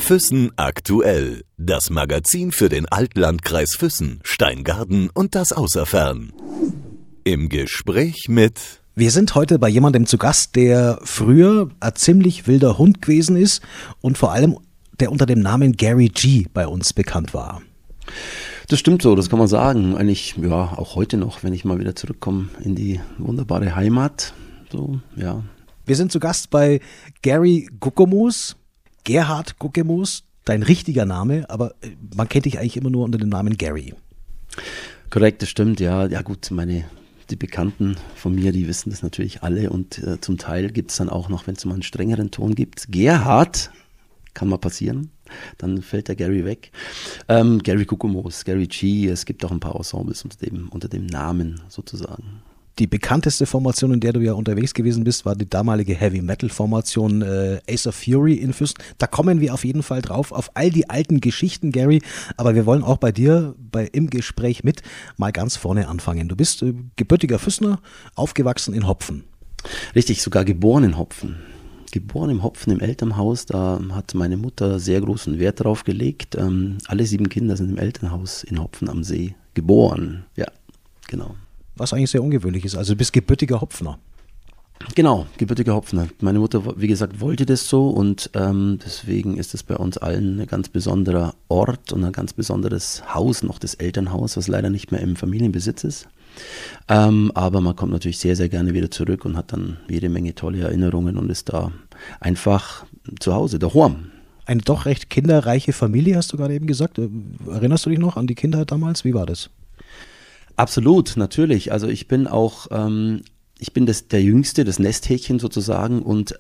Füssen aktuell. Das Magazin für den Altlandkreis Füssen, Steingarten und das Außerfern. Im Gespräch mit... Wir sind heute bei jemandem zu Gast, der früher ein ziemlich wilder Hund gewesen ist und vor allem der unter dem Namen Gary G bei uns bekannt war. Das stimmt so, das kann man sagen. Eigentlich, ja, auch heute noch, wenn ich mal wieder zurückkomme in die wunderbare Heimat. So, ja. Wir sind zu Gast bei Gary Guckemoos, Gerhard Guckemoos, dein richtiger Name, aber man kennt dich eigentlich immer nur unter dem Namen Gary. Korrekt, das stimmt, ja. Ja gut, die Bekannten von mir, die wissen das natürlich alle und zum Teil gibt es dann auch noch, wenn es mal einen strengeren Ton gibt, Gerhard, kann mal passieren, dann fällt der Gary weg. Gary Guckemoos, Gary G, es gibt auch ein paar Ensembles unter dem Namen sozusagen. Die bekannteste Formation, in der du ja unterwegs gewesen bist, war die damalige Heavy-Metal-Formation Ace of Fury in Füssen. Da kommen wir auf jeden Fall drauf, auf all die alten Geschichten, Gary. Aber wir wollen auch bei dir im Gespräch mit mal ganz vorne anfangen. Du bist gebürtiger Füssener, aufgewachsen in Hopfen. Richtig, sogar geboren in Hopfen. Geboren im Hopfen im Elternhaus, da hat meine Mutter sehr großen Wert drauf gelegt. Alle 7 Kinder sind im Elternhaus in Hopfen am See geboren. Ja, genau. Was eigentlich sehr ungewöhnlich ist. Also du bist gebürtiger Hopfner. Genau, gebürtiger Hopfner. Meine Mutter, wie gesagt, wollte das so und deswegen ist es bei uns allen ein ganz besonderer Ort und ein ganz besonderes Haus, noch das Elternhaus, was leider nicht mehr im Familienbesitz ist. Aber man kommt natürlich sehr, sehr gerne wieder zurück und hat dann jede Menge tolle Erinnerungen und ist da einfach zu Hause, daheim. Eine doch recht kinderreiche Familie, hast du gerade eben gesagt. Erinnerst du dich noch an die Kindheit damals? Wie war das? Absolut, natürlich. Also ich bin auch, der Jüngste, das Nesthäkchen sozusagen und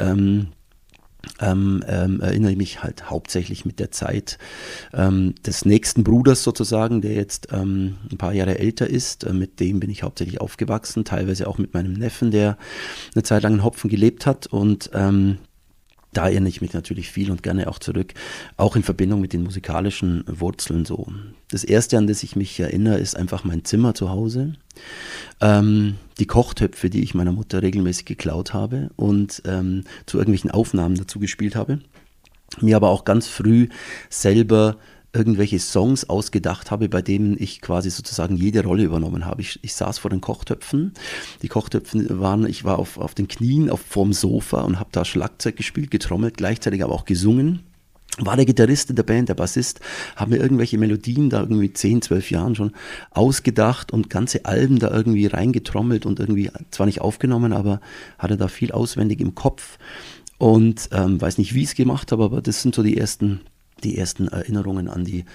erinnere mich halt hauptsächlich mit der Zeit des nächsten Bruders sozusagen, der jetzt ein paar Jahre älter ist. Mit dem bin ich hauptsächlich aufgewachsen, teilweise auch mit meinem Neffen, der eine Zeit lang in Hopfen gelebt hat und da erinnere ich mich natürlich viel und gerne auch zurück, auch in Verbindung mit den musikalischen Wurzeln so. Das Erste, an das ich mich erinnere, ist einfach mein Zimmer zu Hause. Die Kochtöpfe, die ich meiner Mutter regelmäßig geklaut habe und zu irgendwelchen Aufnahmen dazu gespielt habe. Mir aber auch ganz früh selber irgendwelche Songs ausgedacht habe, bei denen ich quasi sozusagen jede Rolle übernommen habe. Ich saß vor den Kochtöpfen. Die Kochtöpfe ich war auf den Knien vorm Sofa und habe da Schlagzeug gespielt, getrommelt, gleichzeitig aber auch gesungen. War der Gitarrist in der Band, der Bassist, haben mir irgendwelche Melodien da irgendwie 10, 12 Jahren schon ausgedacht und ganze Alben da irgendwie reingetrommelt und irgendwie zwar nicht aufgenommen, aber hatte da viel auswendig im Kopf und weiß nicht, wie ich es gemacht habe, aber das sind so die ersten Erinnerungen an die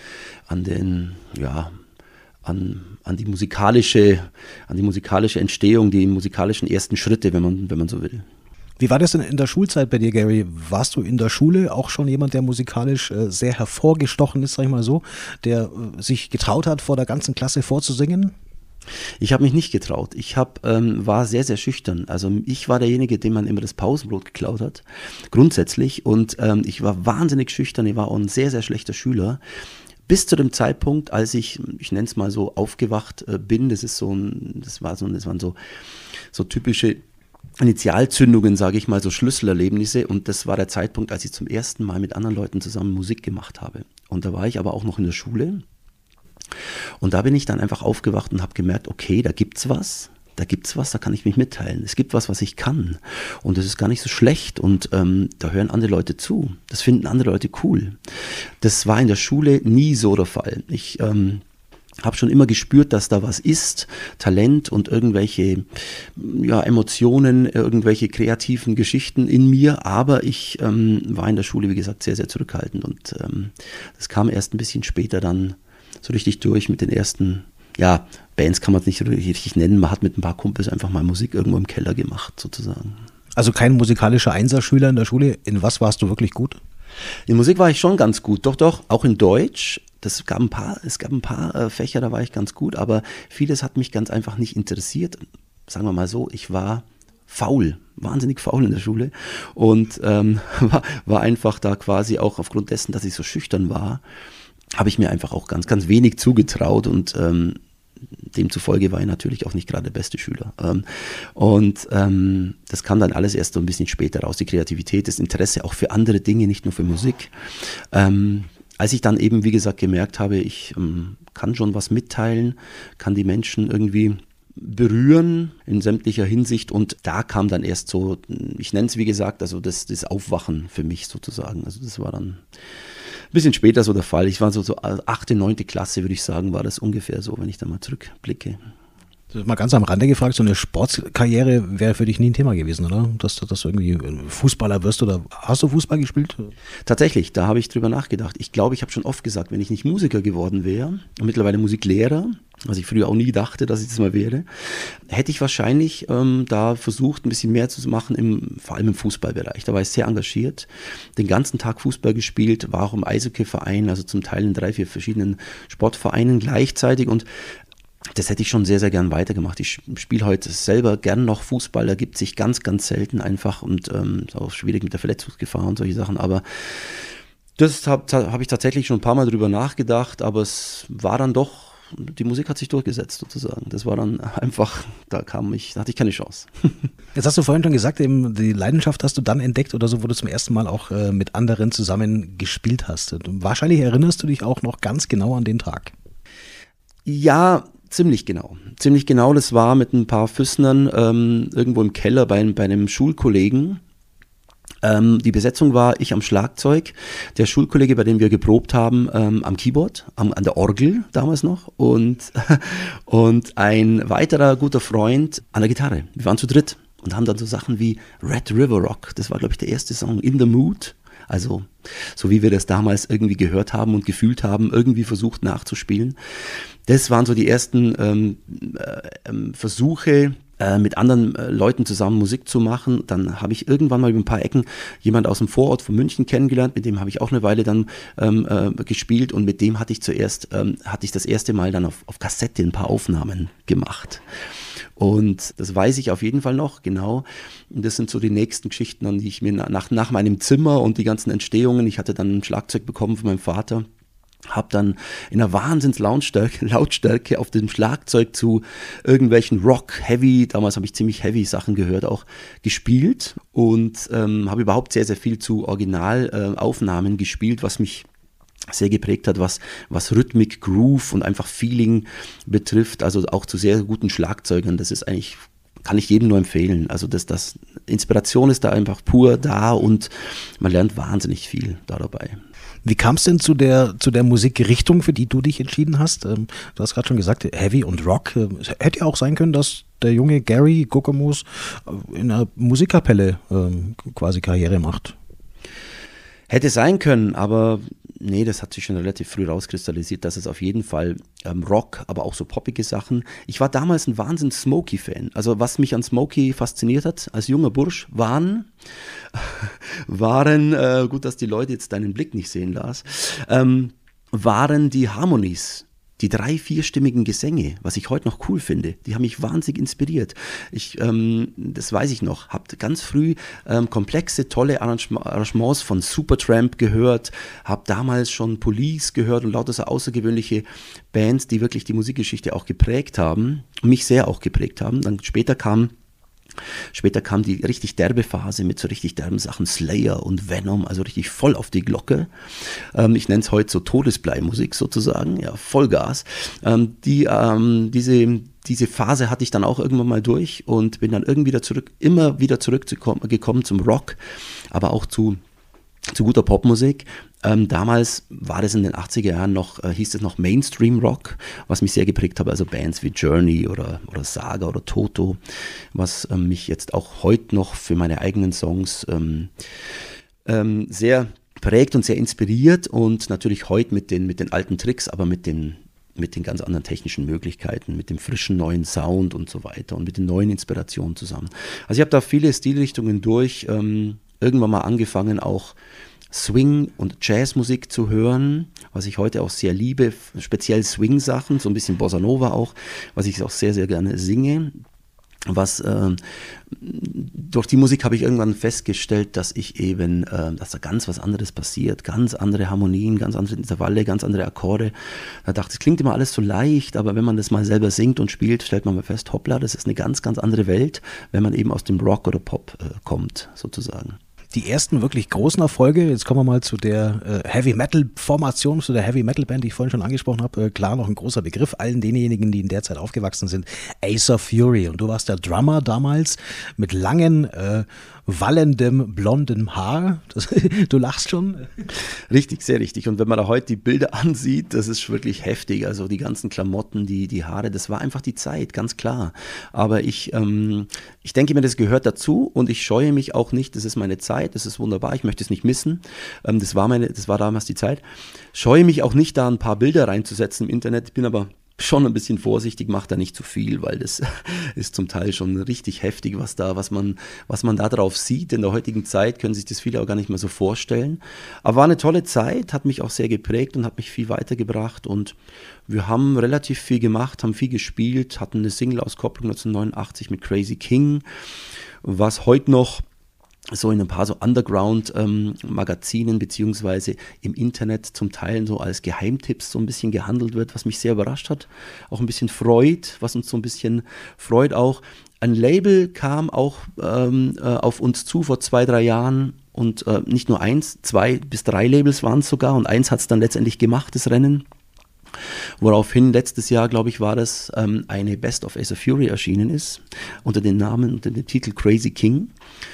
musikalische Entstehung, die musikalischen ersten Schritte, wenn man so will. Wie war das denn in der Schulzeit bei dir, Gary? Warst du in der Schule auch schon jemand, der musikalisch sehr hervorgestochen ist, sag ich mal so, der sich getraut hat, vor der ganzen Klasse vorzusingen? Ich habe mich nicht getraut. Ich war sehr, sehr schüchtern. Also ich war derjenige, dem man immer das Pausenbrot geklaut hat, grundsätzlich. Und ich war wahnsinnig schüchtern. Ich war auch ein sehr, sehr schlechter Schüler. Bis zu dem Zeitpunkt, als ich nenne es mal so, aufgewacht bin. Das waren so typische Initialzündungen, sage ich mal, so Schlüsselerlebnisse. Und das war der Zeitpunkt, als ich zum ersten Mal mit anderen Leuten zusammen Musik gemacht habe. Und da war ich aber auch noch in der Schule. Und da bin ich dann einfach aufgewacht und habe gemerkt, okay, da gibt's was, da kann ich mich mitteilen. Es gibt was ich kann und das ist gar nicht so schlecht und da hören andere Leute zu. Das finden andere Leute cool. Das war in der Schule nie so der Fall. Ich habe schon immer gespürt, dass da was ist, Talent und irgendwelche Emotionen, irgendwelche kreativen Geschichten in mir, aber ich war in der Schule, wie gesagt, sehr, sehr zurückhaltend und das kam erst ein bisschen später dann so richtig durch mit den ersten, Bands kann man es nicht richtig nennen. Man hat mit ein paar Kumpels einfach mal Musik irgendwo im Keller gemacht, sozusagen. Also kein musikalischer Einserschüler in der Schule. In was warst du wirklich gut? In Musik war ich schon ganz gut. Doch, auch in Deutsch. Es gab ein paar Fächer, da war ich ganz gut, aber vieles hat mich ganz einfach nicht interessiert. Sagen wir mal so, ich war faul, wahnsinnig faul in der Schule und war einfach da quasi auch aufgrund dessen, dass ich so schüchtern war, habe ich mir einfach auch ganz, ganz wenig zugetraut und demzufolge war ich natürlich auch nicht gerade der beste Schüler. Das kam dann alles erst so ein bisschen später raus, die Kreativität, das Interesse auch für andere Dinge, nicht nur für Musik. Als ich dann eben, wie gesagt, gemerkt habe, ich kann schon was mitteilen, kann die Menschen irgendwie berühren in sämtlicher Hinsicht, und da kam dann erst so, ich nenne es wie gesagt, also das Aufwachen für mich sozusagen. Also das war dann ein bisschen später so der Fall. Ich war so 8., 9. Klasse, würde ich sagen, war das ungefähr so, wenn ich da mal zurückblicke. Mal ganz am Rande gefragt, so eine Sportkarriere wäre für dich nie ein Thema gewesen, oder? Dass du irgendwie Fußballer wirst, oder hast du Fußball gespielt? Tatsächlich, da habe ich drüber nachgedacht. Ich glaube, ich habe schon oft gesagt, wenn ich nicht Musiker geworden wäre, mittlerweile Musiklehrer, was ich früher auch nie dachte, dass ich das mal wäre, hätte ich wahrscheinlich da versucht, ein bisschen mehr zu machen, vor allem im Fußballbereich. Da war ich sehr engagiert, den ganzen Tag Fußball gespielt, war auch im Eishockeyverein, also zum Teil in 3, 4 verschiedenen Sportvereinen gleichzeitig, und das hätte ich schon sehr, sehr gern weitergemacht. Ich spiele heute selber gern noch Fußball, da gibt sich ganz, ganz selten einfach, und ist auch schwierig mit der Verletzungsgefahr und solche Sachen, aber das hab ich tatsächlich schon ein paar Mal drüber nachgedacht, aber es war dann doch, die Musik hat sich durchgesetzt sozusagen. Das war dann einfach, da hatte ich keine Chance. Jetzt hast du vorhin schon gesagt, eben die Leidenschaft hast du dann entdeckt oder so, wo du zum ersten Mal auch mit anderen zusammen gespielt hast. Wahrscheinlich erinnerst du dich auch noch ganz genau an den Tag. Ja, ziemlich genau. Ziemlich genau, das war mit ein paar Füßnern irgendwo im Keller bei einem Schulkollegen. Die Besetzung war ich am Schlagzeug, der Schulkollege, bei dem wir geprobt haben, am Keyboard, an der Orgel damals noch, und ein weiterer guter Freund an der Gitarre. Wir waren zu dritt und haben dann so Sachen wie Red River Rock, das war, glaube ich, der erste Song, In the Mood, also so wie wir das damals irgendwie gehört haben und gefühlt haben, irgendwie versucht nachzuspielen. Das waren so die ersten Versuche, mit anderen Leuten zusammen Musik zu machen. Dann habe ich irgendwann mal über ein paar Ecken jemand aus dem Vorort von München kennengelernt, mit dem habe ich auch eine Weile dann gespielt, und mit dem hatte ich das erste Mal dann auf Kassette ein paar Aufnahmen gemacht. Und das weiß ich auf jeden Fall noch, genau. Und das sind so die nächsten Geschichten, an die ich mir nach meinem Zimmer und die ganzen Entstehungen, ich hatte dann ein Schlagzeug bekommen von meinem Vater, habe dann in einer Lautstärke auf dem Schlagzeug zu irgendwelchen Rock, Heavy, damals habe ich ziemlich Heavy Sachen gehört, auch gespielt, und habe überhaupt sehr, sehr viel zu Originalaufnahmen gespielt, was mich sehr geprägt hat, was Rhythmik, Groove und einfach Feeling betrifft, also auch zu sehr guten Schlagzeugern. Das ist eigentlich, kann ich jedem nur empfehlen. Also das Inspiration ist da einfach pur da, und man lernt wahnsinnig viel da dabei. Wie kam es denn zu der Musikrichtung, für die du dich entschieden hast? Du hast gerade schon gesagt, Heavy und Rock. Es hätte ja auch sein können, dass der junge Gary Guckermoos in einer Musikkapelle quasi Karriere macht. Hätte sein können, aber nee, das hat sich schon relativ früh rauskristallisiert, dass es auf jeden Fall Rock, aber auch so poppige Sachen. Ich war damals ein Smokey-Fan. Also was mich an Smokey fasziniert hat, als junger Bursch, waren, gut, dass die Leute jetzt deinen Blick nicht sehen, Lars, waren die Harmonies. Die 3-, 4-stimmigen Gesänge, was ich heute noch cool finde, die haben mich wahnsinnig inspiriert. Das weiß ich noch, habe ganz früh komplexe, tolle Arrangements von Supertramp gehört, habe damals schon Police gehört und lauter so außergewöhnliche Bands, die wirklich die Musikgeschichte auch geprägt haben, mich sehr auch geprägt haben. Dann später kam die richtig derbe Phase mit so richtig derben Sachen, Slayer und Venom, also richtig voll auf die Glocke. Ich nenne es heute so Todesbleimusik sozusagen, ja, Vollgas. Diese Phase hatte ich dann auch irgendwann mal durch und bin dann immer wieder zurückgekommen zum Rock, aber auch zu guter Popmusik. Damals war das in den 80er Jahren hieß es noch Mainstream Rock, was mich sehr geprägt hat, also Bands wie Journey oder Saga oder Toto, was mich jetzt auch heute noch für meine eigenen Songs sehr prägt und sehr inspiriert, und natürlich heute mit den alten Tricks, aber mit den ganz anderen technischen Möglichkeiten, mit dem frischen neuen Sound und so weiter und mit den neuen Inspirationen zusammen. Also ich habe da viele Stilrichtungen durch, irgendwann mal angefangen auch Swing- und Jazzmusik zu hören, was ich heute auch sehr liebe, speziell Swing-Sachen, so ein bisschen Bossa Nova auch, was ich auch sehr, sehr gerne singe. Durch die Musik habe ich irgendwann festgestellt, dass dass da ganz was anderes passiert, ganz andere Harmonien, ganz andere Intervalle, ganz andere Akkorde. Da dachte ich, es klingt immer alles so leicht, aber wenn man das mal selber singt und spielt, stellt man mal fest, hoppla, das ist eine ganz, ganz andere Welt, wenn man eben aus dem Rock oder Pop kommt, sozusagen. Die ersten wirklich großen Erfolge, jetzt kommen wir mal zu der Heavy-Metal-Formation, zu der Heavy-Metal-Band, die ich vorhin schon angesprochen habe. Klar, noch ein großer Begriff allen denjenigen, die in der Zeit aufgewachsen sind. Ace of Fury. Und du warst der Drummer damals mit langen, wallendem, blondem Haar. Du lachst schon. Richtig, sehr richtig. Und wenn man da heute die Bilder ansieht, das ist wirklich heftig. Also die ganzen Klamotten, die Haare, das war einfach die Zeit, ganz klar. Aber ich denke mir, das gehört dazu und ich scheue mich auch nicht. Das ist meine Zeit, das ist wunderbar, ich möchte es nicht missen. Das war damals die Zeit. Scheue mich auch nicht, da ein paar Bilder reinzusetzen im Internet. Ich bin aber schon ein bisschen vorsichtig, macht da nicht zu viel, weil das ist zum Teil schon richtig heftig, was man da drauf sieht. In der heutigen Zeit können sich das viele auch gar nicht mehr so vorstellen. Aber war eine tolle Zeit, hat mich auch sehr geprägt und hat mich viel weitergebracht und wir haben relativ viel gemacht, haben viel gespielt, hatten eine Single-Auskopplung 1989 mit Crazy King, was heute noch so in ein paar so Underground-Magazinen beziehungsweise im Internet zum Teil so als Geheimtipps so ein bisschen gehandelt wird, was mich sehr überrascht hat, auch ein bisschen freut, was uns so ein bisschen freut auch. Ein Label kam auch auf uns zu vor 2-3 Jahren und nicht nur 1, 2 bis 3 Labels waren es sogar und 1 hat es dann letztendlich gemacht, das Rennen. Woraufhin letztes Jahr, glaube ich, war das eine Best of Ace of Fury erschienen ist, unter dem Titel Crazy King.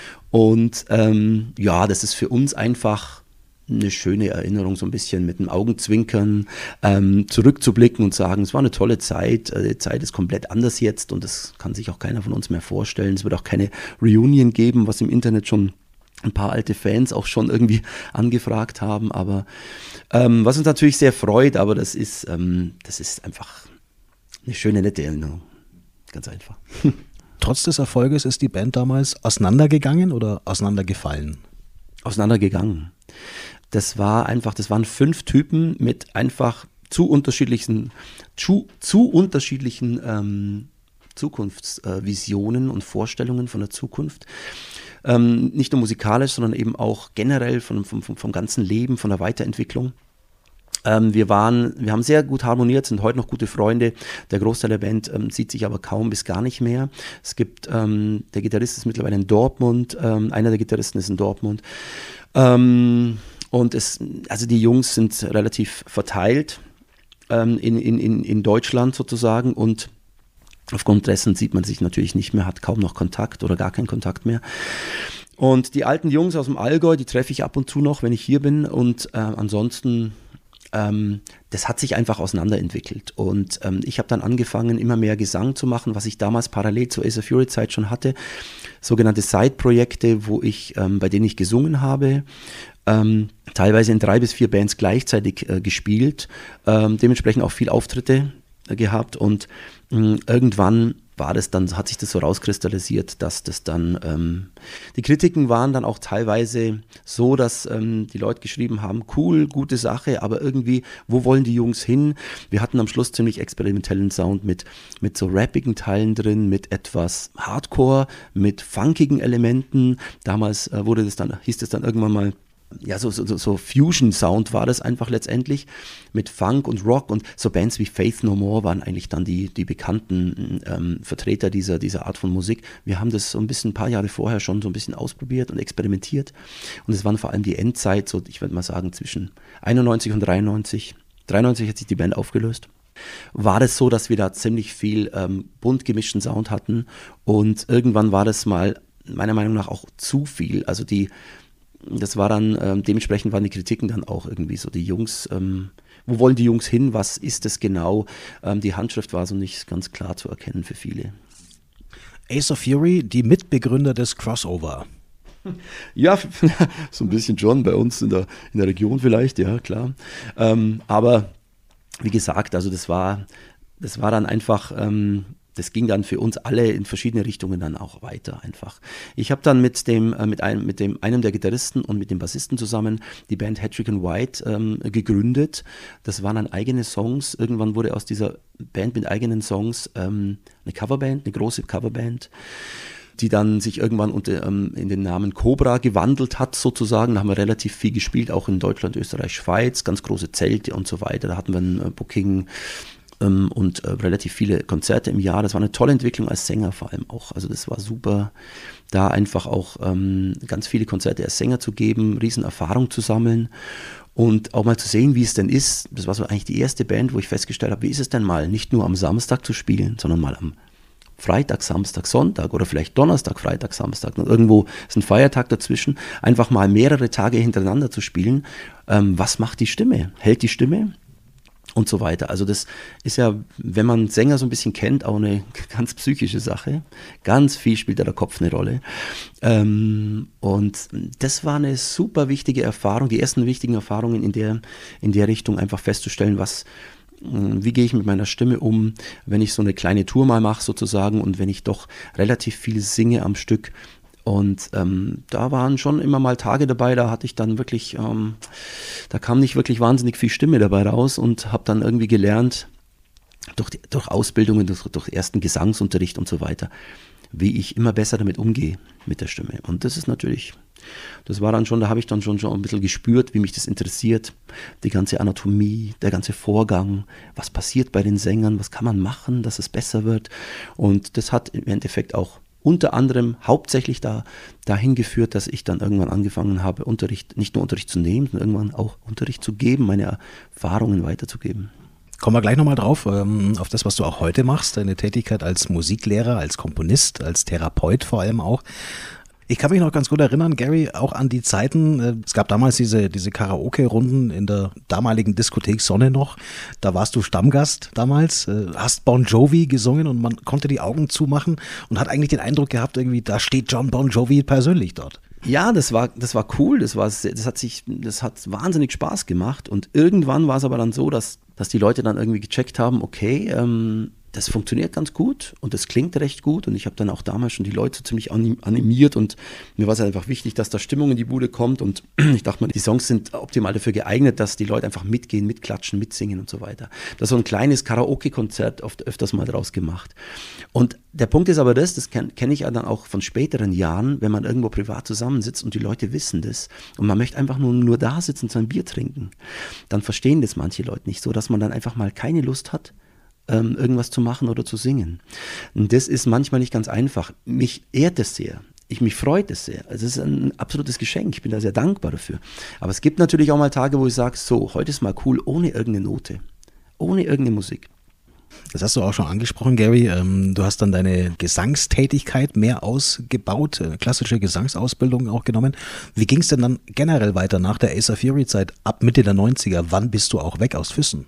Und das ist für uns einfach eine schöne Erinnerung, so ein bisschen mit dem Augenzwinkern zurückzublicken und sagen, es war eine tolle Zeit, die Zeit ist komplett anders jetzt und das kann sich auch keiner von uns mehr vorstellen. Es wird auch keine Reunion geben, was im Internet schon ein paar alte Fans auch schon irgendwie angefragt haben, aber was uns natürlich sehr freut, aber das ist einfach eine schöne, nette Erinnerung, ganz einfach. Trotz des Erfolges ist die Band damals auseinandergegangen oder auseinandergefallen? Auseinandergegangen. Das waren 5 Typen mit einfach zu unterschiedlichen Zukunftsvisionen und Vorstellungen von der Zukunft. Nicht nur musikalisch, sondern eben auch generell vom ganzen Leben, von der Weiterentwicklung. Wir haben sehr gut harmoniert, sind heute noch gute Freunde. Der Großteil der Band sieht sich aber kaum bis gar nicht mehr. Es gibt, der Gitarrist ist mittlerweile in Dortmund, einer der Gitarristen ist in Dortmund. Und die Jungs sind relativ verteilt in Deutschland sozusagen und aufgrund dessen sieht man sich natürlich nicht mehr, hat kaum noch Kontakt oder gar keinen Kontakt mehr. Und die alten Jungs aus dem Allgäu, die treffe ich ab und zu noch, wenn ich hier bin und ansonsten das hat sich einfach auseinanderentwickelt und ich habe dann angefangen, immer mehr Gesang zu machen, was ich damals parallel zur Ace of Fury Zeit schon hatte, sogenannte Side-Projekte, bei denen ich gesungen habe, teilweise in 3 bis 4 Bands gleichzeitig gespielt, dementsprechend auch viel Auftritte gehabt und irgendwann hat sich das so rauskristallisiert, dass das dann, die Kritiken waren dann auch teilweise so, dass die Leute geschrieben haben, cool, gute Sache, aber irgendwie, wo wollen die Jungs hin? Wir hatten am Schluss ziemlich experimentellen Sound mit so rappigen Teilen drin, mit etwas Hardcore, mit funkigen Elementen. Damals hieß es dann irgendwann mal, ja, so Fusion-Sound war das einfach letztendlich mit Funk und Rock und so Bands wie Faith No More waren eigentlich dann die bekannten Vertreter dieser Art von Musik. Wir haben das so ein paar Jahre vorher schon so ein bisschen ausprobiert und experimentiert und es waren vor allem die Endzeit, so ich würde mal sagen zwischen 91 und 93. 93 hat sich die Band aufgelöst. War es so, dass wir da ziemlich viel bunt gemischten Sound hatten und irgendwann war das mal meiner Meinung nach auch zu viel, also das war dann, dementsprechend waren die Kritiken dann auch irgendwie so, die Jungs, wo wollen die Jungs hin, was ist das genau? Die Handschrift war so nicht ganz klar zu erkennen für viele. Ace of Fury, die Mitbegründer des Crossover. Ja, so ein bisschen schon bei uns in der Region vielleicht, ja klar. Aber wie gesagt, also das war dann einfach, das ging dann für uns alle in verschiedene Richtungen dann auch weiter einfach. Ich habe dann mit einem der Gitarristen und mit dem Bassisten zusammen die Band Hattrick and White gegründet. Das waren dann eigene Songs. Irgendwann wurde aus dieser Band mit eigenen Songs eine Coverband, eine große Coverband, die dann sich irgendwann in den Namen Cobra gewandelt hat sozusagen. Da haben wir relativ viel gespielt, auch in Deutschland, Österreich, Schweiz, ganz große Zelte und so weiter. Da hatten wir ein Booking und relativ viele Konzerte im Jahr. Das war eine tolle Entwicklung als Sänger vor allem auch. Also das war super, da einfach auch ganz viele Konzerte als Sänger zu geben, Riesenerfahrung zu sammeln und auch mal zu sehen, wie es denn ist. Das war so eigentlich die erste Band, wo ich festgestellt habe, wie ist es denn mal, nicht nur am Samstag zu spielen, sondern mal am Freitag, Samstag, Sonntag oder vielleicht Donnerstag, Freitag, Samstag und irgendwo ist ein Feiertag dazwischen, einfach mal mehrere Tage hintereinander zu spielen. Was macht die Stimme? Hält die Stimme? Und so weiter. Also das ist ja, wenn man Sänger so ein bisschen kennt, auch eine ganz psychische Sache. Ganz viel spielt da der Kopf eine Rolle. Und das war eine super wichtige Erfahrung, die ersten wichtigen Erfahrungen in der Richtung, einfach festzustellen, wie gehe ich mit meiner Stimme um, wenn ich so eine kleine Tour mal mache sozusagen und wenn ich doch relativ viel singe am Stück. Und da waren schon immer mal Tage dabei, da hatte ich dann wirklich, da kam nicht wirklich wahnsinnig viel Stimme dabei raus und habe dann irgendwie gelernt, durch Ausbildungen, durch ersten Gesangsunterricht und so weiter, wie ich immer besser damit umgehe mit der Stimme. Und das ist natürlich, das war dann schon, da habe ich dann schon ein bisschen gespürt, wie mich das interessiert, die ganze Anatomie, der ganze Vorgang, was passiert bei den Sängern, was kann man machen, dass es besser wird. Und das hat im Endeffekt auch unter anderem hauptsächlich dahin geführt, dass ich dann irgendwann angefangen habe, nicht nur Unterricht zu nehmen, sondern irgendwann auch Unterricht zu geben, meine Erfahrungen weiterzugeben. Kommen wir gleich nochmal drauf, auf das, was du auch heute machst, deine Tätigkeit als Musiklehrer, als Komponist, als Therapeut vor allem auch. Ich kann mich noch ganz gut erinnern, Gary, auch an die Zeiten, es gab damals diese Karaoke-Runden in der damaligen Diskothek Sonne noch, da warst du Stammgast damals, hast Bon Jovi gesungen und man konnte die Augen zumachen und hat eigentlich den Eindruck gehabt, irgendwie, da steht John Bon Jovi persönlich dort. Ja, das war cool, das hat wahnsinnig Spaß gemacht und irgendwann war es aber dann so, dass die Leute dann irgendwie gecheckt haben, okay, das funktioniert ganz gut und das klingt recht gut und ich habe dann auch damals schon die Leute ziemlich animiert und mir war es einfach wichtig, dass da Stimmung in die Bude kommt und ich dachte mir, die Songs sind optimal dafür geeignet, dass die Leute einfach mitgehen, mitklatschen, mitsingen und so weiter. Da ist so ein kleines Karaoke-Konzert öfters mal draus gemacht. Und der Punkt ist aber das kenne ich ja dann auch von späteren Jahren, wenn man irgendwo privat zusammensitzt und die Leute wissen das und man möchte einfach nur da sitzen und sein Bier trinken, dann verstehen das manche Leute nicht so, dass man dann einfach mal keine Lust hat, irgendwas zu machen oder zu singen. Und das ist manchmal nicht ganz einfach. Mich ehrt es sehr. Mich freut es sehr. Also es ist ein absolutes Geschenk. Ich bin da sehr dankbar dafür. Aber es gibt natürlich auch mal Tage, wo ich sage, so, heute ist mal cool, ohne irgendeine Note, ohne irgendeine Musik. Das hast du auch schon angesprochen, Gary. Du hast dann deine Gesangstätigkeit mehr ausgebaut, klassische Gesangsausbildung auch genommen. Wie ging es denn dann generell weiter nach der Ace of Fury Zeit ab Mitte der 90er? Wann bist du auch weg aus Füssen?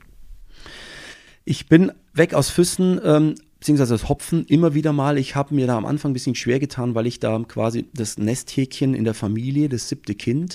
Ich bin weg aus Füssen, beziehungsweise aus Hopfen immer wieder mal. Ich habe mir da am Anfang ein bisschen schwer getan, weil ich da quasi das Nesthäkchen in der Familie, das 7. Kind,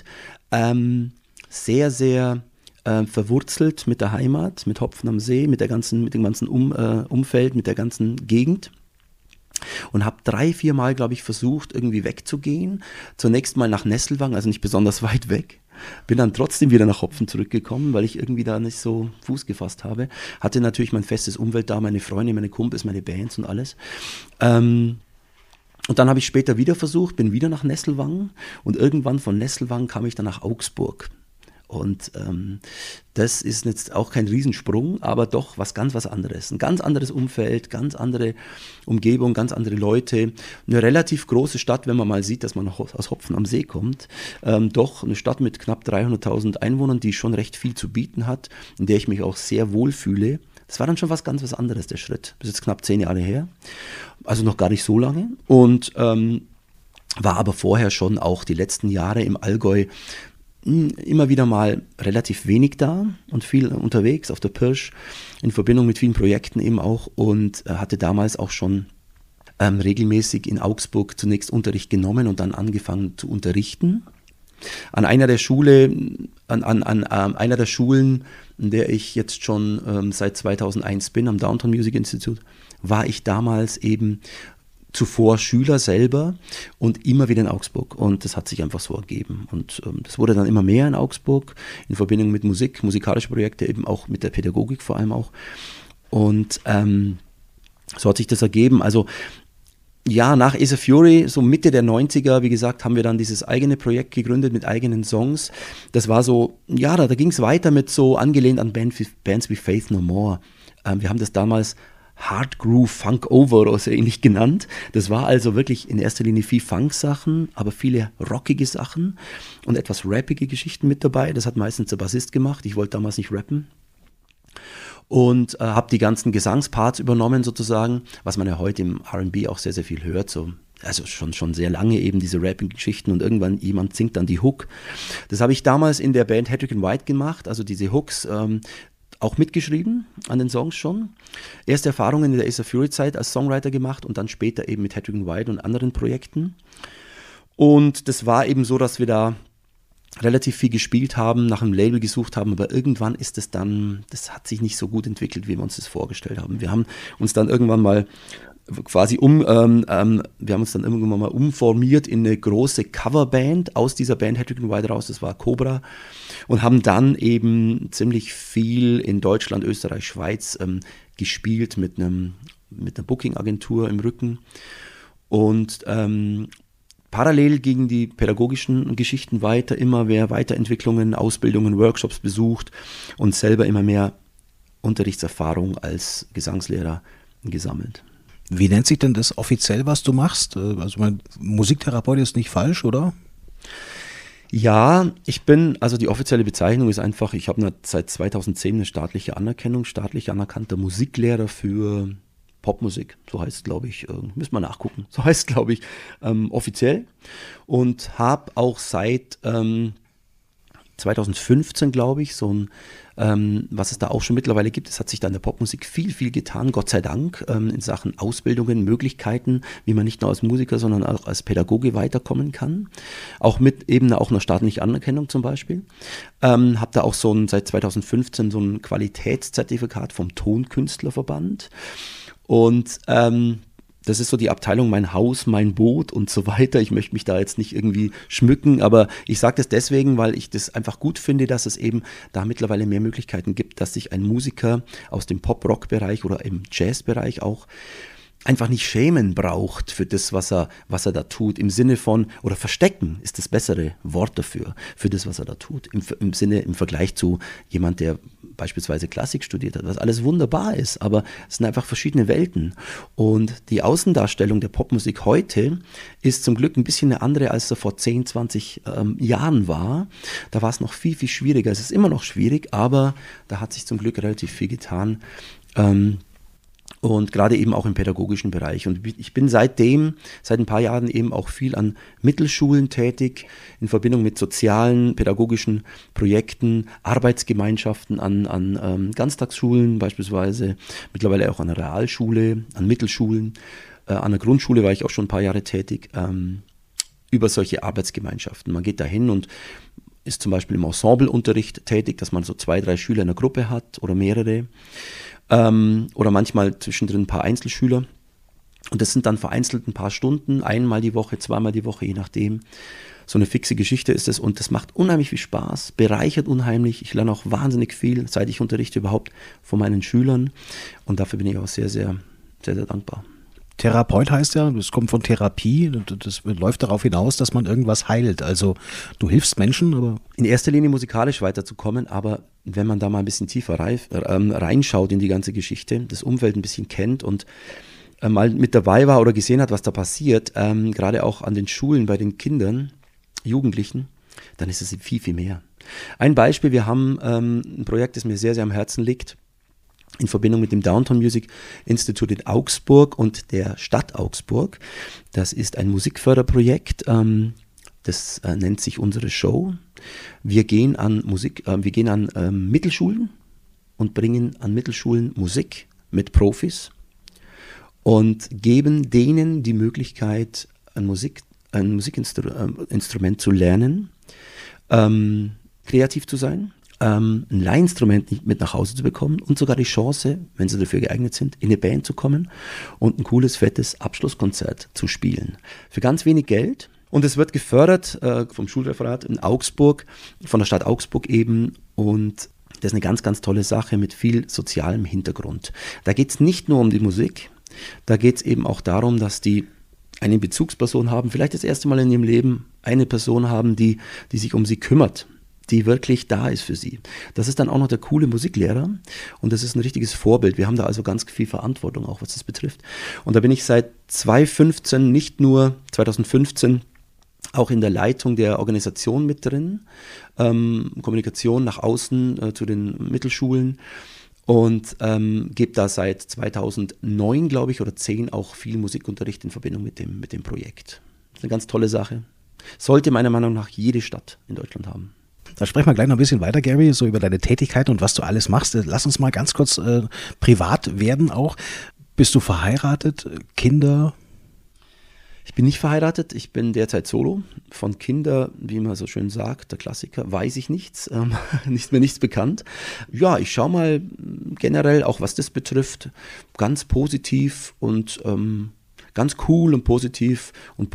sehr, sehr verwurzelt mit der Heimat, mit Hopfen am See, mit dem ganzen Umfeld, mit der ganzen Gegend. Und habe 3-4 Mal, glaube ich, versucht, irgendwie wegzugehen. Zunächst mal nach Nesselwang, also nicht besonders weit weg. Bin dann trotzdem wieder nach Hopfen zurückgekommen, weil ich irgendwie da nicht so Fuß gefasst habe. Hatte natürlich mein festes Umfeld da, meine Freunde, meine Kumpels, meine Bands und alles. Und dann habe ich später wieder versucht, bin wieder nach Nesselwang und irgendwann von Nesselwang kam ich dann nach Augsburg. Und das ist jetzt auch kein Riesensprung, aber doch was anderes. Ein ganz anderes Umfeld, ganz andere Umgebung, ganz andere Leute. Eine relativ große Stadt, wenn man mal sieht, dass man aus Hopfen am See kommt. Doch eine Stadt mit knapp 300.000 Einwohnern, die schon recht viel zu bieten hat, in der ich mich auch sehr wohl fühle. Das war dann schon was anderes, der Schritt. Das ist jetzt knapp 10 Jahre her. Also noch gar nicht so lange. Und war aber vorher schon auch die letzten Jahre im Allgäu immer wieder mal relativ wenig da und viel unterwegs auf der Pirsch in Verbindung mit vielen Projekten eben auch und hatte damals auch schon regelmäßig in Augsburg zunächst Unterricht genommen und dann angefangen zu unterrichten. An einer der Schule an einer der Schulen, in der ich jetzt schon seit 2001 bin, am Downtown Music Institute, war ich damals eben zuvor Schüler selber und immer wieder in Augsburg. Und das hat sich einfach so ergeben. Und das wurde dann immer mehr in Augsburg, in Verbindung mit Musik, musikalische Projekte, eben auch mit der Pädagogik vor allem auch. Und so hat sich das ergeben. Also ja, nach Ace of Fury, so Mitte der 90er, wie gesagt, haben wir dann dieses eigene Projekt gegründet mit eigenen Songs. Das war so, ja, da ging es weiter mit so angelehnt an Bands wie Faith No More. Wir haben das damals Hard Groove Funk Over oder so ähnlich genannt. Das war also wirklich in erster Linie viel Funk-Sachen, aber viele rockige Sachen und etwas rappige Geschichten mit dabei. Das hat meistens der Bassist gemacht. Ich wollte damals nicht rappen. Und habe die ganzen Gesangsparts übernommen sozusagen, was man ja heute im R&B auch sehr, sehr viel hört. So, also schon sehr lange eben diese Rapping-Geschichten und irgendwann jemand singt dann die Hook. Das habe ich damals in der Band Hedrick & White gemacht, also diese Hooks auch mitgeschrieben an den Songs schon. Erste Erfahrungen in der Ace of Fury Zeit als Songwriter gemacht und dann später eben mit Hedrick & White und anderen Projekten. Und das war eben so, dass wir da relativ viel gespielt haben, nach einem Label gesucht haben, aber irgendwann ist es dann, das hat sich nicht so gut entwickelt, wie wir uns das vorgestellt haben. Wir haben uns dann irgendwann mal quasi umformiert in eine große Coverband aus dieser Band Hedrick & White raus, das war Cobra, und haben dann eben ziemlich viel in Deutschland, Österreich, Schweiz gespielt mit einer Booking-Agentur im Rücken. Und parallel gingen die pädagogischen Geschichten weiter, immer mehr Weiterentwicklungen, Ausbildungen, Workshops besucht und selber immer mehr Unterrichtserfahrung als Gesangslehrer gesammelt. Wie nennt sich denn das offiziell, was du machst? Also Musiktherapeut ist nicht falsch, oder? Ja, also die offizielle Bezeichnung ist einfach, ich habe seit 2010 eine staatliche Anerkennung, staatlich anerkannter Musiklehrer für Popmusik, so heißt es, glaube ich, müssen wir nachgucken, so heißt es, glaube ich, offiziell, und habe auch seit 2015, glaube ich, so ein, was es da auch schon mittlerweile gibt, es hat sich da in der Popmusik viel, viel getan, Gott sei Dank, in Sachen Ausbildungen, Möglichkeiten, wie man nicht nur als Musiker, sondern auch als Pädagoge weiterkommen kann, auch mit eben auch einer staatlichen Anerkennung zum Beispiel. Habe da auch seit 2015 so ein Qualitätszertifikat vom Tonkünstlerverband. Und das ist so die Abteilung mein Haus, mein Boot und so weiter. Ich möchte mich da jetzt nicht irgendwie schmücken, aber ich sage das deswegen, weil ich das einfach gut finde, dass es eben da mittlerweile mehr Möglichkeiten gibt, dass sich ein Musiker aus dem Pop-Rock-Bereich oder im Jazz-Bereich auch einfach nicht schämen braucht für das, was er da tut, im Sinne von, oder verstecken ist das bessere Wort dafür, für das, was er da tut, im Vergleich zu jemand, der beispielsweise Klassik studiert hat, was alles wunderbar ist, aber es sind einfach verschiedene Welten. Und die Außendarstellung der Popmusik heute ist zum Glück ein bisschen eine andere, als es vor 10, 20 Jahren war. Da war es noch viel, viel schwieriger. Es ist immer noch schwierig, aber da hat sich zum Glück relativ viel getan. Und gerade eben auch im pädagogischen Bereich. Und ich bin seit ein paar Jahren eben auch viel an Mittelschulen tätig, in Verbindung mit sozialen, pädagogischen Projekten, Arbeitsgemeinschaften an Ganztagsschulen beispielsweise, mittlerweile auch an der Realschule, an Mittelschulen, an der Grundschule war ich auch schon ein paar Jahre tätig, über solche Arbeitsgemeinschaften. Man geht da hin und ist zum Beispiel im Ensembleunterricht tätig, dass man so 2, 3 Schüler in der Gruppe hat oder mehrere. Oder manchmal zwischendrin ein paar Einzelschüler. Und das sind dann vereinzelt ein paar Stunden, einmal die Woche, zweimal die Woche, je nachdem. So eine fixe Geschichte ist es und das macht unheimlich viel Spaß, bereichert unheimlich. Ich lerne auch wahnsinnig viel, seit ich unterrichte überhaupt, von meinen Schülern. Und dafür bin ich auch sehr, sehr, sehr, sehr dankbar. Therapeut heißt ja, das kommt von Therapie, das läuft darauf hinaus, dass man irgendwas heilt. Also du hilfst Menschen, aber... In erster Linie musikalisch weiterzukommen, aber wenn man da mal ein bisschen tiefer reinschaut in die ganze Geschichte, das Umfeld ein bisschen kennt und mal mit dabei war oder gesehen hat, was da passiert, gerade auch an den Schulen bei den Kindern, Jugendlichen, dann ist es viel, viel mehr. Ein Beispiel, wir haben ein Projekt, das mir sehr, sehr am Herzen liegt, in Verbindung mit dem Downtown Music Institute in Augsburg und der Stadt Augsburg. Das ist ein Musikförderprojekt, das nennt sich Unsere Show. Wir gehen an Mittelschulen und bringen an Mittelschulen Musik mit Profis und geben denen die Möglichkeit, ein Musikinstrument zu lernen. kreativ zu sein, ein Leihinstrument mit nach Hause zu bekommen und sogar die Chance, wenn sie dafür geeignet sind, in eine Band zu kommen und ein cooles, fettes Abschlusskonzert zu spielen. Für ganz wenig Geld. Und es wird gefördert vom Schulreferat in Augsburg, von der Stadt Augsburg eben. Und das ist eine ganz, ganz tolle Sache mit viel sozialem Hintergrund. Da geht es nicht nur um die Musik, da geht es eben auch darum, dass die eine Bezugsperson haben, vielleicht das erste Mal in ihrem Leben eine Person haben, die sich um sie kümmert, die wirklich da ist für sie. Das ist dann auch noch der coole Musiklehrer und das ist ein richtiges Vorbild. Wir haben da also ganz viel Verantwortung, auch was das betrifft. Und da bin ich seit 2015, nicht nur 2015, auch in der Leitung der Organisation mit drin, Kommunikation nach außen zu den Mittelschulen und gebe da seit 2009, glaube ich, oder 10 auch viel Musikunterricht in Verbindung mit dem Projekt. Das ist eine ganz tolle Sache. Sollte meiner Meinung nach jede Stadt in Deutschland haben. Da sprechen wir gleich noch ein bisschen weiter, Gary, so über deine Tätigkeiten und was du alles machst. Lass uns mal ganz kurz privat werden auch. Bist du verheiratet? Kinder? Ich bin nicht verheiratet, ich bin derzeit solo. Von Kinder, wie man so schön sagt, der Klassiker, weiß ich nichts, ist mir nichts bekannt. Ja, ich schaue mal generell, auch was das betrifft, ganz positiv und ganz cool und positiv und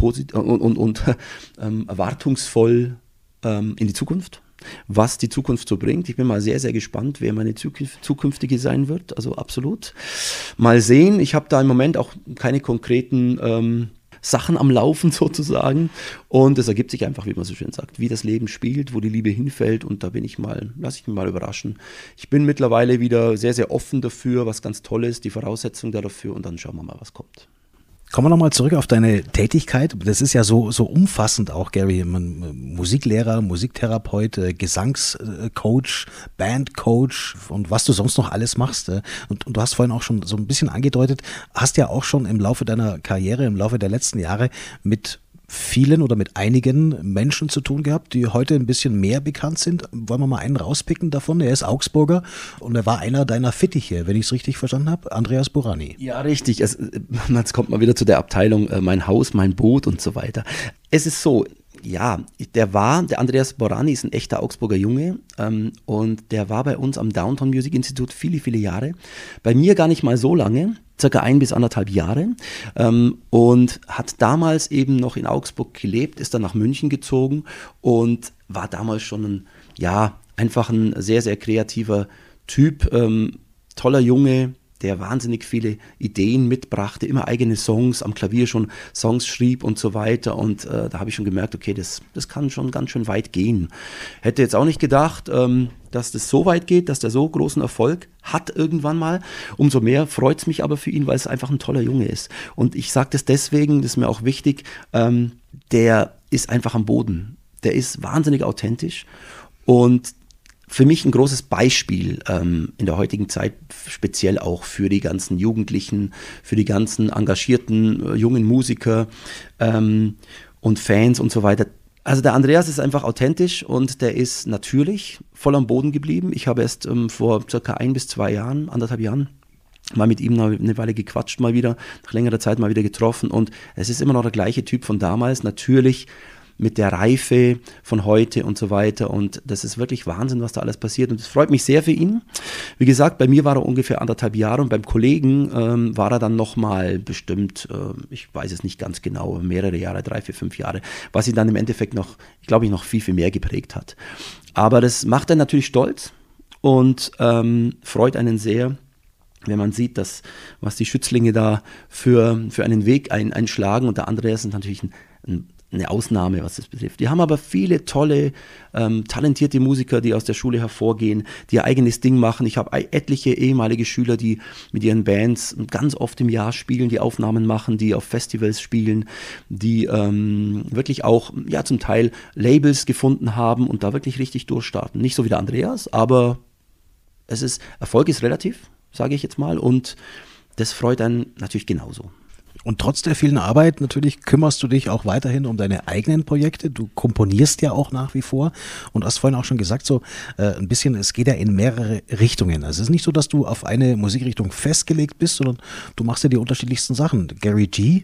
erwartungsvoll in die Zukunft. Was die Zukunft so bringt. Ich bin mal sehr, sehr gespannt, wer meine zukünftige sein wird, also absolut. Mal sehen, ich habe da im Moment auch keine konkreten Sachen am Laufen sozusagen und es ergibt sich einfach, wie man so schön sagt, wie das Leben spielt, wo die Liebe hinfällt und da lasse ich mich mal überraschen. Ich bin mittlerweile wieder sehr, sehr offen dafür, was ganz toll ist, die Voraussetzung dafür und dann schauen wir mal, was kommt. Kommen wir nochmal zurück auf deine Tätigkeit. Das ist ja so umfassend auch, Gary. Musiklehrer, Musiktherapeut, Gesangscoach, Bandcoach und was du sonst noch alles machst. Und du hast vorhin auch schon so ein bisschen angedeutet, hast ja auch schon im Laufe deiner Karriere, im Laufe der letzten Jahre mit vielen oder mit einigen Menschen zu tun gehabt, die heute ein bisschen mehr bekannt sind. Wollen wir mal einen rauspicken davon? Er ist Augsburger und er war einer deiner Fittiche, wenn ich es richtig verstanden habe, Andreas Burani. Ja, richtig. Jetzt kommt man wieder zu der Abteilung mein Haus, mein Boot und so weiter. Es ist so, ja, der Andreas Burani ist ein echter Augsburger Junge und der war bei uns am Downtown Music Institute viele, viele Jahre. Bei mir gar nicht mal so lange, circa 1 bis 1,5 Jahre und hat damals eben noch in Augsburg gelebt, ist dann nach München gezogen und war damals schon einfach ein sehr, sehr kreativer Typ, toller Junge, der wahnsinnig viele Ideen mitbrachte, immer eigene Songs, am Klavier schon Songs schrieb und so weiter. Und da habe ich schon gemerkt, okay, das kann schon ganz schön weit gehen. Hätte jetzt auch nicht gedacht, dass das so weit geht, dass der so großen Erfolg hat irgendwann mal. Umso mehr freut es mich aber für ihn, weil es einfach ein toller Junge ist. Und ich sage das deswegen, das ist mir auch wichtig, der ist einfach am Boden. Der ist wahnsinnig authentisch und für mich ein großes Beispiel in der heutigen Zeit, speziell auch für die ganzen Jugendlichen, für die ganzen engagierten jungen Musiker und Fans und so weiter. Also der Andreas ist einfach authentisch und der ist natürlich voll am Boden geblieben. Ich habe erst vor circa 1 bis 2 Jahren, 1,5 Jahren, mal mit ihm eine Weile gequatscht, mal wieder, nach längerer Zeit mal wieder getroffen und es ist immer noch der gleiche Typ von damals, natürlich mit der Reife von heute und so weiter und das ist wirklich Wahnsinn, was da alles passiert und es freut mich sehr für ihn. Wie gesagt, bei mir war er ungefähr 1,5 Jahre und beim Kollegen war er dann nochmal bestimmt, ich weiß es nicht ganz genau, mehrere Jahre, 3, 4, 5 Jahre, was ihn dann im Endeffekt noch, glaube ich, noch viel, viel mehr geprägt hat. Aber das macht einen natürlich stolz und freut einen sehr, wenn man sieht, was die Schützlinge da für einen Weg einschlagen und der Andreas ist natürlich eine Ausnahme, was das betrifft. Die haben aber viele tolle, talentierte Musiker, die aus der Schule hervorgehen, die ihr eigenes Ding machen. Ich habe etliche ehemalige Schüler, die mit ihren Bands ganz oft im Jahr spielen, die Aufnahmen machen, die auf Festivals spielen, die wirklich auch zum Teil Labels gefunden haben und da wirklich richtig durchstarten. Nicht so wie der Andreas, aber Erfolg ist relativ, sage ich jetzt mal, und das freut einen natürlich genauso. Und trotz der vielen Arbeit natürlich kümmerst du dich auch weiterhin um deine eigenen Projekte. Du komponierst ja auch nach wie vor und hast vorhin auch schon gesagt, so ein bisschen, es geht ja in mehrere Richtungen. Also es ist nicht so, dass du auf eine Musikrichtung festgelegt bist, sondern du machst ja die unterschiedlichsten Sachen. Gary G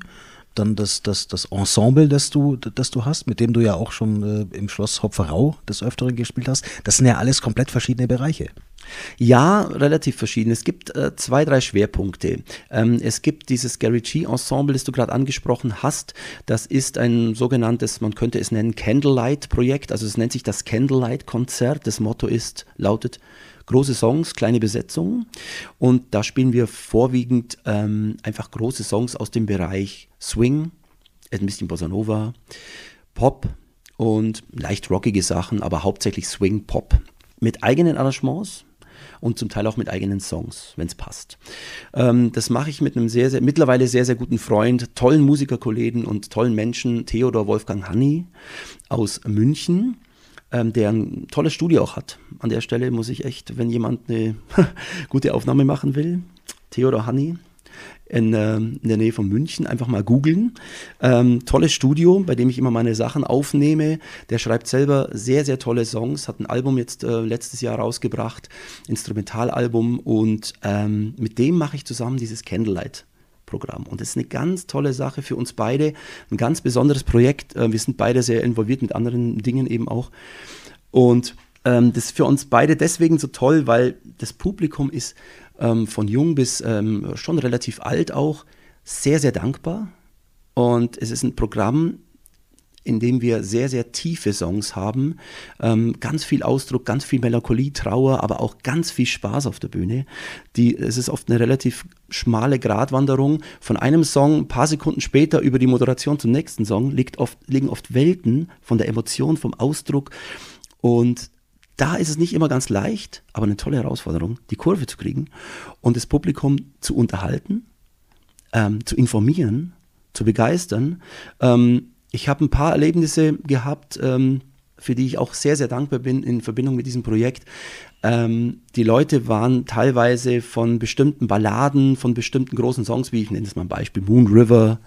dann das Ensemble, das du hast, mit dem du ja auch schon im Schloss Hopferau des Öfteren gespielt hast. Das sind ja alles komplett verschiedene Bereiche. Ja, relativ verschieden. Es gibt 2, 3 Schwerpunkte. Es gibt dieses Gary G Ensemble, das du gerade angesprochen hast. Das ist ein sogenanntes, man könnte es nennen, Candlelight-Projekt. Also es nennt sich das Candlelight-Konzert. Das Motto lautet große Songs, kleine Besetzung. Und da spielen wir vorwiegend einfach große Songs aus dem Bereich Swing, ein bisschen Bossa Nova, Pop und leicht rockige Sachen, aber hauptsächlich Swing, Pop mit eigenen Arrangements. Und zum Teil auch mit eigenen Songs, wenn es passt. Das mache ich mit einem mittlerweile sehr, sehr guten Freund, tollen Musikerkollegen und tollen Menschen, Theodor Wolfgang Hanni aus München, der ein tolles Studio auch hat. An der Stelle muss ich echt, wenn jemand eine gute Aufnahme machen will, Theodor Hanni in der Nähe von München, einfach mal googeln. Tolles Studio, bei dem ich immer meine Sachen aufnehme. Der schreibt selber sehr, sehr tolle Songs, hat ein Album jetzt letztes Jahr rausgebracht, Instrumentalalbum, und mit dem mache ich zusammen dieses Candlelight-Programm. Und das ist eine ganz tolle Sache für uns beide, ein ganz besonderes Projekt. Wir sind beide sehr involviert mit anderen Dingen eben auch. Und das ist für uns beide deswegen so toll, weil das Publikum ist von jung bis schon relativ alt auch, sehr, sehr dankbar. Und es ist ein Programm, in dem wir sehr, sehr tiefe Songs haben. Ganz viel Ausdruck, ganz viel Melancholie, Trauer, aber auch ganz viel Spaß auf der Bühne. Es ist oft eine relativ schmale Gratwanderung. Von einem Song ein paar Sekunden später über die Moderation zum nächsten Song liegen oft Welten von der Emotion, vom Ausdruck. Und da ist es nicht immer ganz leicht, aber eine tolle Herausforderung, die Kurve zu kriegen und das Publikum zu unterhalten, zu informieren, zu begeistern. Ich habe ein paar Erlebnisse gehabt, für die ich auch sehr, sehr dankbar bin in Verbindung mit diesem Projekt. Die Leute waren teilweise von bestimmten Balladen, von bestimmten großen Songs, wie ich nenne es mal ein Beispiel, Moon River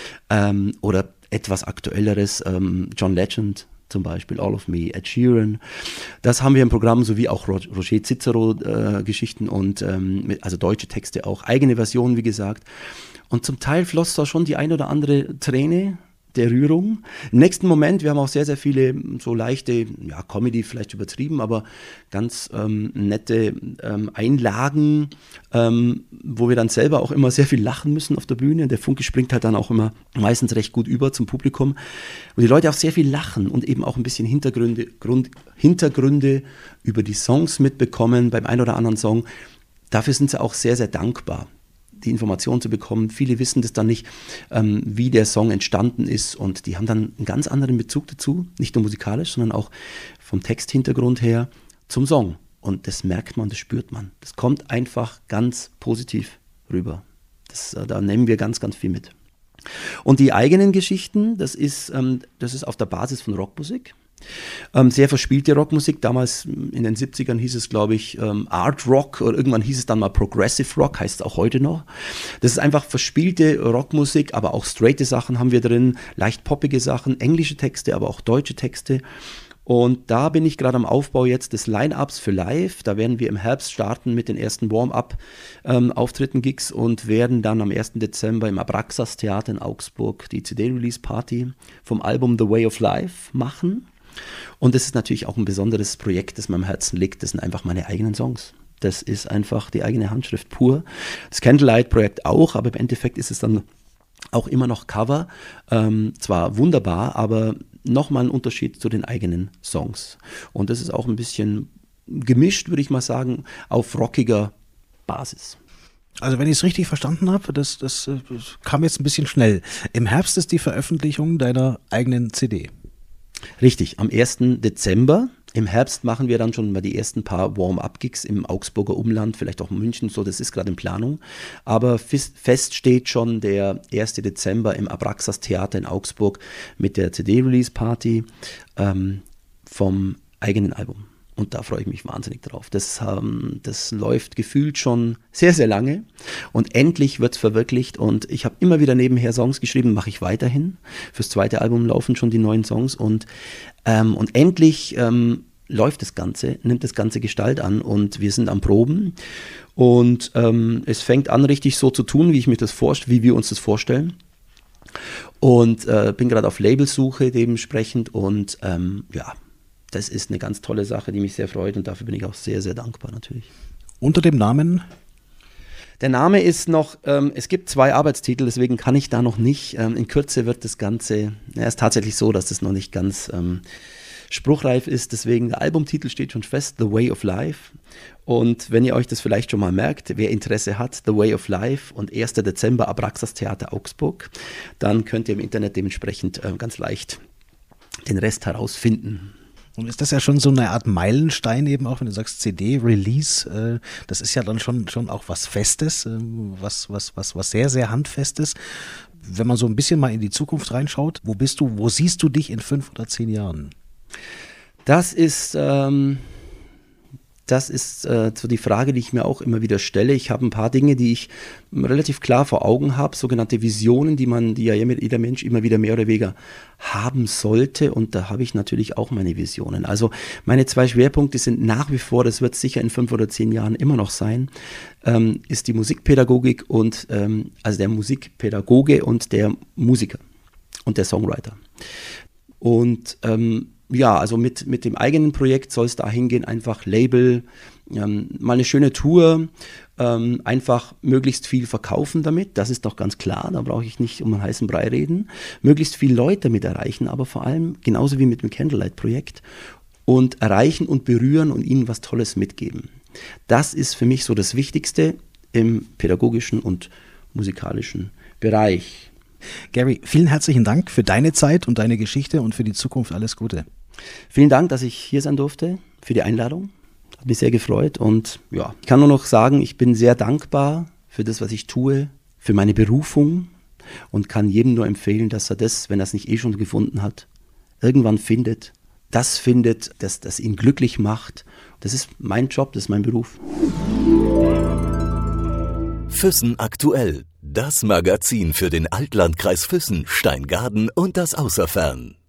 oder etwas aktuelleres, John Legend, zum Beispiel All of Me, Ed Sheeran. Das haben wir im Programm, sowie auch Roger Cicero-Geschichten und also deutsche Texte auch, eigene Versionen, wie gesagt. Und zum Teil floss da schon die ein oder andere Träne der Rührung. Im nächsten Moment, wir haben auch sehr, sehr viele so leichte, ja, Comedy vielleicht übertrieben, aber ganz nette Einlagen, wo wir dann selber auch immer sehr viel lachen müssen auf der Bühne. Der Funke springt halt dann auch immer meistens recht gut über zum Publikum. Und die Leute auch sehr viel lachen und eben auch ein bisschen Hintergründe über die Songs mitbekommen, beim einen oder anderen Song. Dafür sind sie auch sehr, sehr dankbar, die Information zu bekommen. Viele wissen das dann nicht, wie der Song entstanden ist, und die haben dann einen ganz anderen Bezug dazu, nicht nur musikalisch, sondern auch vom Texthintergrund her zum Song. Und das merkt man, das spürt man. Das kommt einfach ganz positiv rüber. Da nehmen wir ganz, ganz viel mit. Und die eigenen Geschichten, das ist auf der Basis von Rockmusik. Sehr verspielte Rockmusik. Damals in den 70ern hieß es, glaube ich, Art Rock, oder irgendwann hieß es dann mal Progressive Rock, heißt es auch heute noch. Das ist einfach verspielte Rockmusik, aber auch straighte Sachen haben wir drin, leicht poppige Sachen, englische Texte, aber auch deutsche Texte. Und da bin ich gerade am Aufbau jetzt des Line-Ups für live. Da werden wir im Herbst starten mit den ersten Warm-Up-Auftritten, Gigs, und werden dann am 1. Dezember im Abraxas Theater in Augsburg die CD-Release-Party vom Album The Way of Life machen. Und das ist natürlich auch ein besonderes Projekt, das mir am Herzen liegt. Das sind einfach meine eigenen Songs. Das ist einfach die eigene Handschrift pur. Das Candlelight-Projekt auch, aber im Endeffekt ist es dann auch immer noch Cover. Zwar wunderbar, aber nochmal ein Unterschied zu den eigenen Songs. Und das ist auch ein bisschen gemischt, würde ich mal sagen, auf rockiger Basis. Also wenn ich es richtig verstanden habe, das kam jetzt ein bisschen schnell. Im Herbst ist die Veröffentlichung deiner eigenen CD. Richtig, am 1. Dezember. Im Herbst machen wir dann schon mal die ersten paar Warm-Up-Gigs im Augsburger Umland, vielleicht auch in München, so, das ist gerade in Planung. Aber fest steht schon der 1. Dezember im Abraxas Theater in Augsburg mit der CD-Release-Party vom eigenen Album. Und da freue ich mich wahnsinnig drauf. Das läuft gefühlt schon sehr, sehr lange. Und endlich wird es verwirklicht. Und ich habe immer wieder nebenher Songs geschrieben, mache ich weiterhin. Fürs zweite Album laufen schon die neuen Songs. Und endlich läuft das Ganze, nimmt das Ganze Gestalt an. Und wir sind am Proben. Und es fängt an, richtig so zu tun, wie wir uns das vorstellen. Und bin gerade auf Labelsuche dementsprechend und das ist eine ganz tolle Sache, die mich sehr freut und dafür bin ich auch sehr, sehr dankbar natürlich. Unter dem Namen? Der Name ist noch, es gibt 2 Arbeitstitel, deswegen kann ich da noch nicht. In Kürze wird das Ganze, ist tatsächlich so, dass das noch nicht ganz spruchreif ist, deswegen der Albumtitel steht schon fest, The Way of Life. Und wenn ihr euch das vielleicht schon mal merkt, wer Interesse hat, The Way of Life und 1. Dezember Abraxas Theater Augsburg, dann könnt ihr im Internet dementsprechend ganz leicht den Rest herausfinden. Und ist das ja schon so eine Art Meilenstein eben auch, wenn du sagst CD-Release, das ist ja dann schon auch was Festes, was sehr, sehr Handfestes. Wenn man so ein bisschen mal in die Zukunft reinschaut, wo siehst du dich in 5 oder 10 Jahren? Das ist so die Frage, die ich mir auch immer wieder stelle. Ich habe ein paar Dinge, die ich relativ klar vor Augen habe, sogenannte Visionen, die ja jeder Mensch immer wieder mehr oder weniger haben sollte. Und da habe ich natürlich auch meine Visionen. Also meine 2 Schwerpunkte sind nach wie vor, das wird sicher in 5 oder 10 Jahren immer noch sein, ist die Musikpädagogik und also der Musikpädagoge und der Musiker und der Songwriter. Und also mit dem eigenen Projekt soll es dahin gehen, einfach Label, mal eine schöne Tour, einfach möglichst viel verkaufen damit, das ist doch ganz klar, da brauche ich nicht um einen heißen Brei reden, möglichst viele Leute damit erreichen, aber vor allem genauso wie mit dem Candlelight-Projekt und erreichen und berühren und ihnen was Tolles mitgeben. Das ist für mich so das Wichtigste im pädagogischen und musikalischen Bereich. Gary, vielen herzlichen Dank für deine Zeit und deine Geschichte und für die Zukunft. Alles Gute. Vielen Dank, dass ich hier sein durfte, für die Einladung. Hat mich sehr gefreut und ich kann nur noch sagen, ich bin sehr dankbar für das, was ich tue, für meine Berufung und kann jedem nur empfehlen, dass er das, wenn er es nicht eh schon gefunden hat, irgendwann findet, das ihn glücklich macht. Das ist mein Job, das ist mein Beruf. Füssen aktuell. Das Magazin für den Altlandkreis Füssen, Steingaden und das Außerfern.